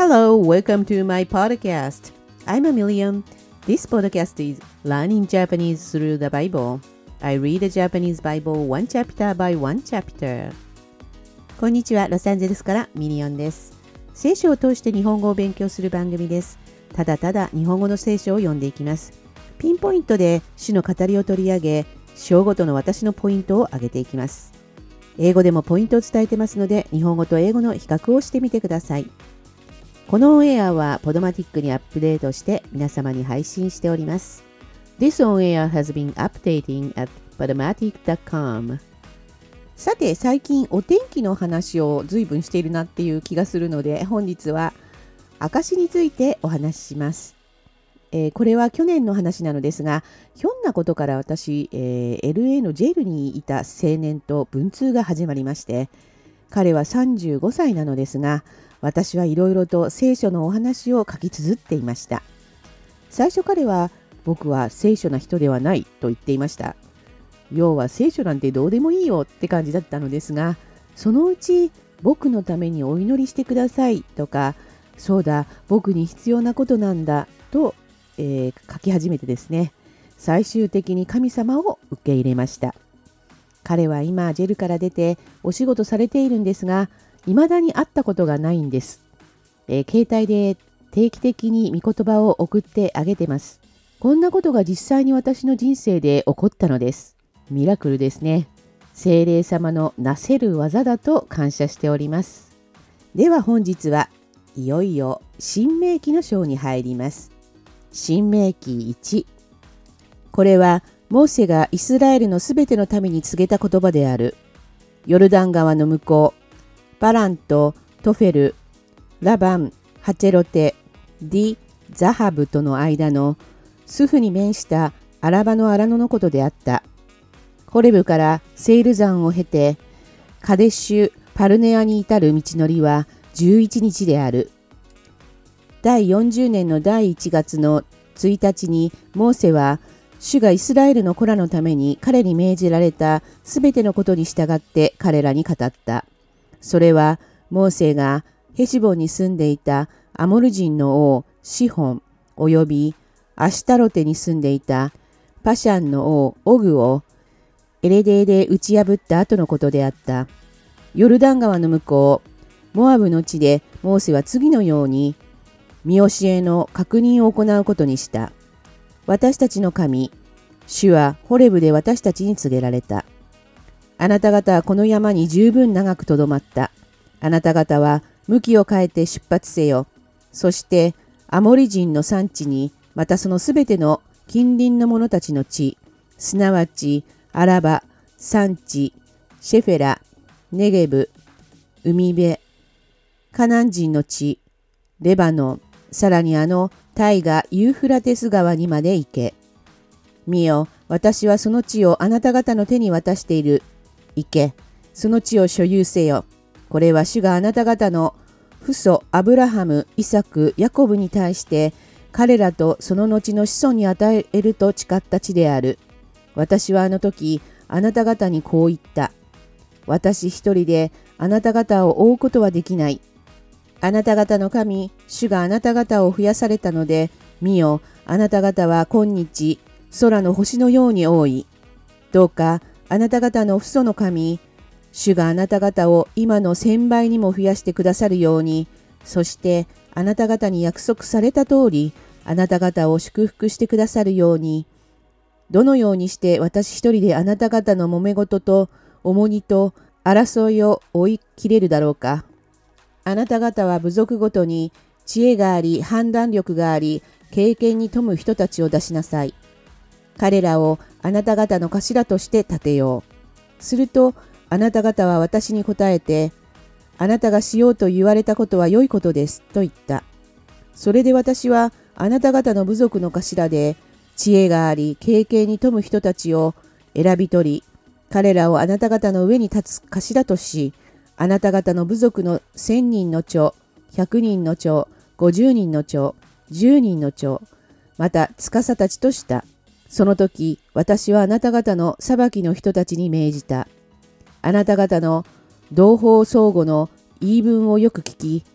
Hello, welcome to my podcast. I'm Amelia. This podcast is Learning Japanese through the Bible. I read the Japanese Bible one chapter by one chapter. こんにちは、ロサンゼルスからミリオンです。聖書を通して日本語を勉強する番組です。ただただ日本語の聖書を読んでいきます。ピンポイントで主の語りを取り上げ、章ごとの私のポイントを挙げていきます。英語でもポイントを伝えてますので、日本語と英語の比較をしてみてください。このオンエアはポドマティックにアップデートして皆様に配信しております。This on air has been updating at podomatic.com。 さて、最近お天気の話を随分しているなっていう気がするので、本日は証についてお話しします。これは去年の話なのですが、ひょんなことから私、LA のジェイルにいた青年と文通が始まりまして、彼は35歳なのですが、私はいろいろと聖書のお話を書き綴っていました。最初彼は、僕は聖書な人ではないと言っていました。要は聖書なんてどうでもいいよって感じだったのですが、そのうち僕のためにお祈りしてくださいとか、そうだ、僕に必要なことなんだと、書き始めてですね、最終的に神様を受け入れました。彼は今ジェルから出てお仕事されているんですが、未だに会ったことがないんです。携帯で定期的に御言葉を送ってあげてます。こんなことが実際に私の人生で起こったのです。ミラクルですね。聖霊様のなせる技だと感謝しております。では本日はいよいよ新明記の章に入ります。新明記1。これはモーセがイスラエルのすべての民に告げた言葉である。ヨルダン川の向こう、パランとトフェル、ラバン、ハチェロテ、ディ、ザハブとの間のスフに面したアラバの荒野のことであった。ホレブからセイル山を経て、カデシュ・パルネアに至る道のりは11日である。第40年の第1月の1日にモーセは主がイスラエルの子らのために彼に命じられたすべてのことに従って彼らに語った。それはモーセがヘシボンに住んでいたアモル人の王シホンおよびアシュタロテに住んでいたパシャンの王オグをエレデーで打ち破った後のことであった。ヨルダン川の向こうモアブの地でモーセは次のように見教えの確認を行うことにした。私たちの神、主はホレブで私たちに告げられた。あなた方はこの山に十分長くとどまった。あなた方は向きを変えて出発せよ。そしてアモリ人の産地に、またそのすべての近隣の者たちの地、すなわちアラバ、産地、シェフェラ、ネゲブ、海辺、カナン人の地、レバノン、さらに大河ユーフラテス川にまで行け。見よ、私はその地をあなた方の手に渡している。行け、その地を所有せよ。これは主があなた方の父祖アブラハム、イサク、ヤコブに対して彼らとその後の子孫に与えると誓った地である。私はあの時あなた方にこう言った。私一人であなた方を追うことはできない。あなた方の神、主があなた方を増やされたので、見よ、あなた方は今日、空の星のように多い。どうか、あなた方の父祖の神、主があなた方を今の1000倍にも増やしてくださるように、そしてあなた方に約束された通り、あなた方を祝福してくださるように、どのようにして私一人であなた方の揉め事と重荷と争いを追い切れるだろうか。あなた方は部族ごとに知恵があり、判断力があり、経験に富む人たちを出しなさい。彼らをあなた方の頭として立てよう。すると、あなた方は私に答えて、あなたがしようと言われたことは良いことです、と言った。それで私はあなた方の部族の頭で、知恵があり、経験に富む人たちを選び取り、彼らをあなた方の上に立つ頭とし、あなた方の部族の1000人の長、100人の長、50人の長、10人の長、また司たちとした。その時、私はあなた方の裁きの人たちに命じた。あなた方の同胞相互の言い分をよく聞き、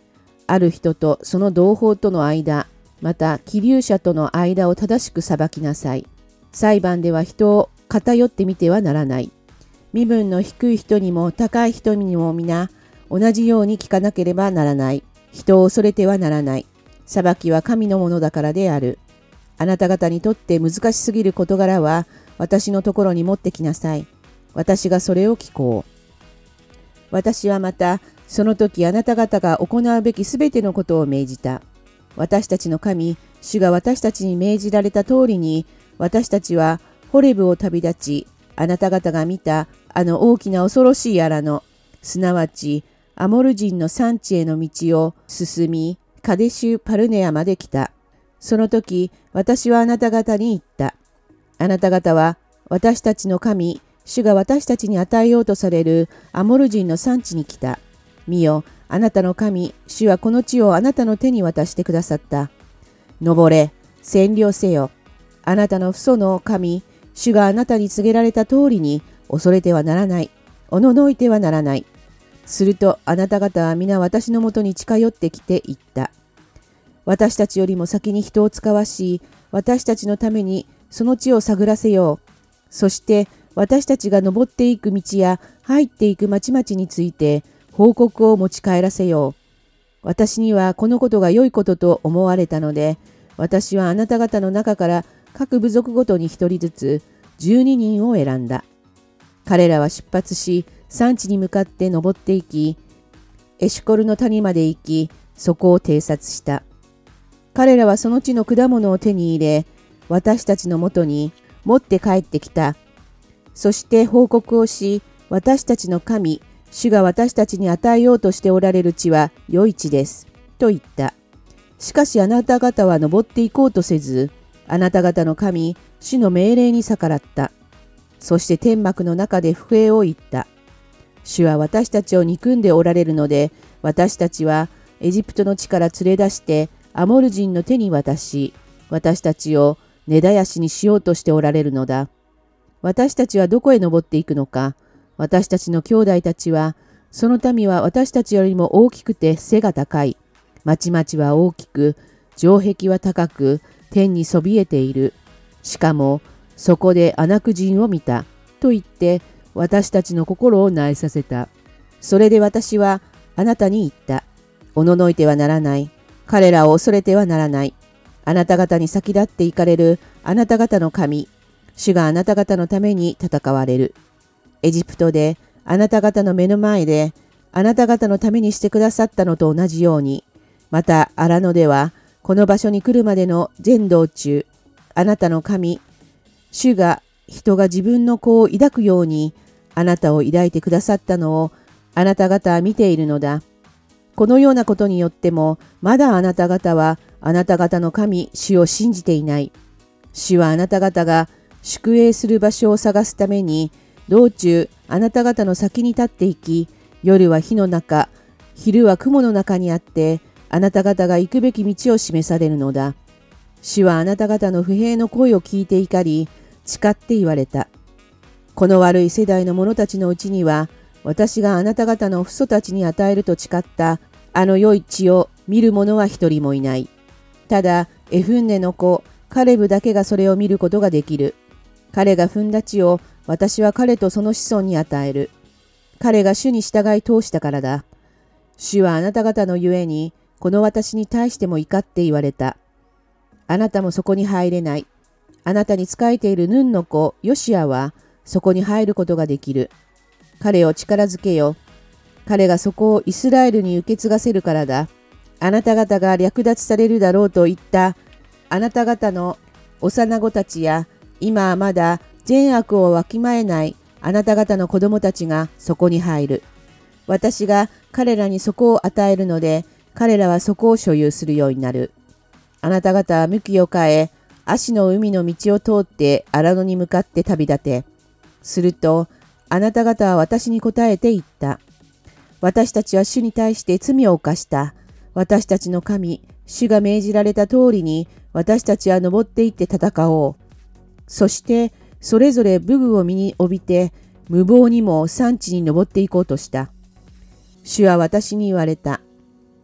ある人とその同胞との間、また起立者との間を正しく裁きなさい。裁判では人を偏ってみてはならない。身分の低い人にも高い人にも皆同じように聞かなければならない。人を恐れてはならない。裁きは神のものだからである。あなた方にとって難しすぎる事柄は私のところに持ってきなさい。私がそれを聞こう。私はまたその時あなた方が行うべきすべてのことを命じた。私たちの神、主が私たちに命じられた通りに、私たちはホレブを旅立ち、あなた方が見たあの大きな恐ろしい荒野、すなわちアモル人の産地への道を進み、カデシュ・パルネアまで来た。その時、私はあなた方に言った。あなた方は私たちの神、主が私たちに与えようとされるアモル人の産地に来た。見よ、あなたの神、主はこの地をあなたの手に渡してくださった。登れ、占領せよ。あなたの父祖の神、主があなたに告げられた通りに恐れてはならない。おののいてはならない。するとあなた方は皆私のもとに近寄ってきて言った。私たちよりも先に人を使わし、私たちのためにその地を探らせよう。そして私たちが登っていく道や入っていく町々について報告を持ち帰らせよう。私にはこのことが良いことと思われたので、私はあなた方の中から各部族ごとに一人ずつ12人を選んだ。彼らは出発し、山地に向かって登っていき、エシュコルの谷まで行き、そこを偵察した。彼らはその地の果物を手に入れ、私たちのもとに持って帰ってきた。そして報告をし、私たちの神、主が私たちに与えようとしておられる地は良い地です。と言った。しかしあなた方は登っていこうとせず、あなた方の神、主の命令に逆らった。そして天幕の中で不平を言った。主は私たちを憎んでおられるので、私たちはエジプトの地から連れ出してアモル人の手に渡し、私たちを根絶やしにしようとしておられるのだ。私たちはどこへ登っていくのか。私たちの兄弟たちは、その民は私たちよりも大きくて背が高い。町々は大きく、城壁は高く、天にそびえている。しかも、そこでアナク人を見た。と言って、私たちの心を萎えさせた。それで私はあなたに言った。おののいてはならない。彼らを恐れてはならない。あなた方に先立って行かれるあなた方の神。主があなた方のために戦われる。エジプトであなた方の目の前であなた方のためにしてくださったのと同じように、また荒野ではこの場所に来るまでの全道中、あなたの神、主が人が自分の子を抱くようにあなたを抱いてくださったのをあなた方は見ているのだ。このようなことによってもまだあなた方はあなた方の神、主を信じていない。主はあなた方が宿営する場所を探すために道中あなた方の先に立っていき、夜は火の中、昼は雲の中にあって、あなた方が行くべき道を示されるのだ。主はあなた方の不平の声を聞いて怒り、誓って言われた。この悪い世代の者たちのうちには、私があなた方の父祖たちに与えると誓ったあの良い地を見る者は一人もいない。ただ、エフンネの子、カレブだけがそれを見ることができる。彼が踏んだ地を私は彼とその子孫に与える。彼が主に従い通したからだ。主はあなた方のゆえに、この私に対しても怒って言われた。あなたもそこに入れない。あなたに仕えているヌンの子、ヨシアは、そこに入ることができる。彼を力づけよ。彼がそこをイスラエルに受け継がせるからだ。あなた方が略奪されるだろうと言った、あなた方の幼子たちや、今はまだ善悪をわきまえないあなた方の子供たちがそこに入る。私が彼らにそこを与えるので、彼らはそこを所有するようになる。あなた方は向きを変え、葦の海の道を通って荒野に向かって旅立て。すると、あなた方は私に答えて言った。私たちは主に対して罪を犯した。私たちの神、主が命じられた通りに、私たちは登って行って戦おう。そして、それぞれ武具を身に帯びて、無謀にも山地に登っていこうとした。主は私に言われた。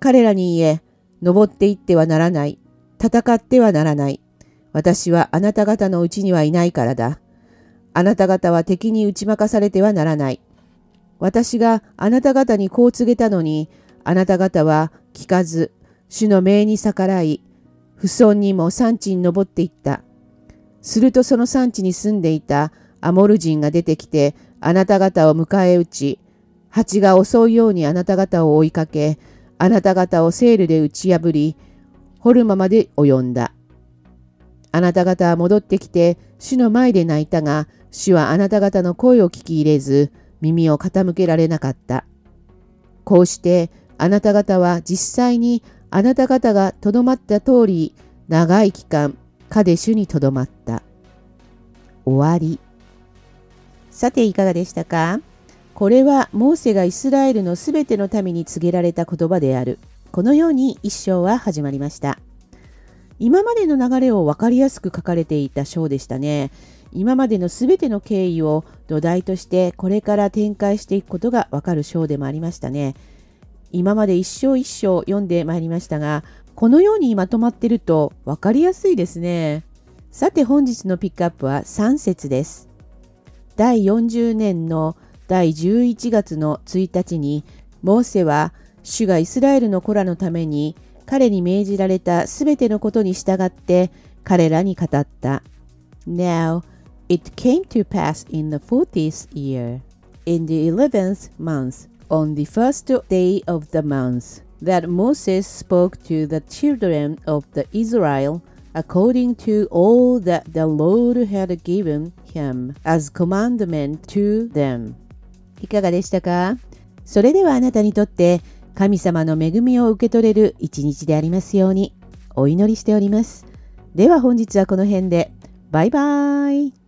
彼らに言え、登っていってはならない。戦ってはならない。私はあなた方のうちにはいないからだ。あなた方は敵に打ち負かされてはならない。私があなた方にこう告げたのに、あなた方は聞かず、主の命に逆らい、不遜にも山地に登っていった。するとその山地に住んでいたアモル人が出てきて、あなた方を迎え撃ち、蜂が襲うようにあなた方を追いかけ、あなた方をセールで打ち破り、ホルマまで及んだ。あなた方は戻ってきて、主の前で泣いたが、主はあなた方の声を聞き入れず、耳を傾けられなかった。こうして、あなた方は実際にあなた方がとどまった通り、長い期間、カデシュにとどまった。終わり。さていかがでしたか？これはモーセがイスラエルのすべての民に告げられた言葉である。このように一章は始まりました。今までの流れを分かりやすく書かれていた章でしたね。今までのすべての経緯を土台としてこれから展開していくことが分かる章でもありましたね。今まで一章一章読んでまいりましたが、このようにまとまっていると分かりやすいですね。さて本日のピックアップは3節です。第40年の第11月の1日に、モーセは主がイスラエルの子らのために彼に命じられたすべてのことに従って彼らに語った。Now it came to pass in the 40th year, in the 11th month, on the first day of the month, that Moses spoke to the children of the Israel according to all that the Lord had given him as commandment to them. いかがでしたか？それではあなたにとって神様の恵みを受け取れる一日でありますようにお祈りしております。では本日はこの辺で。バイバイ。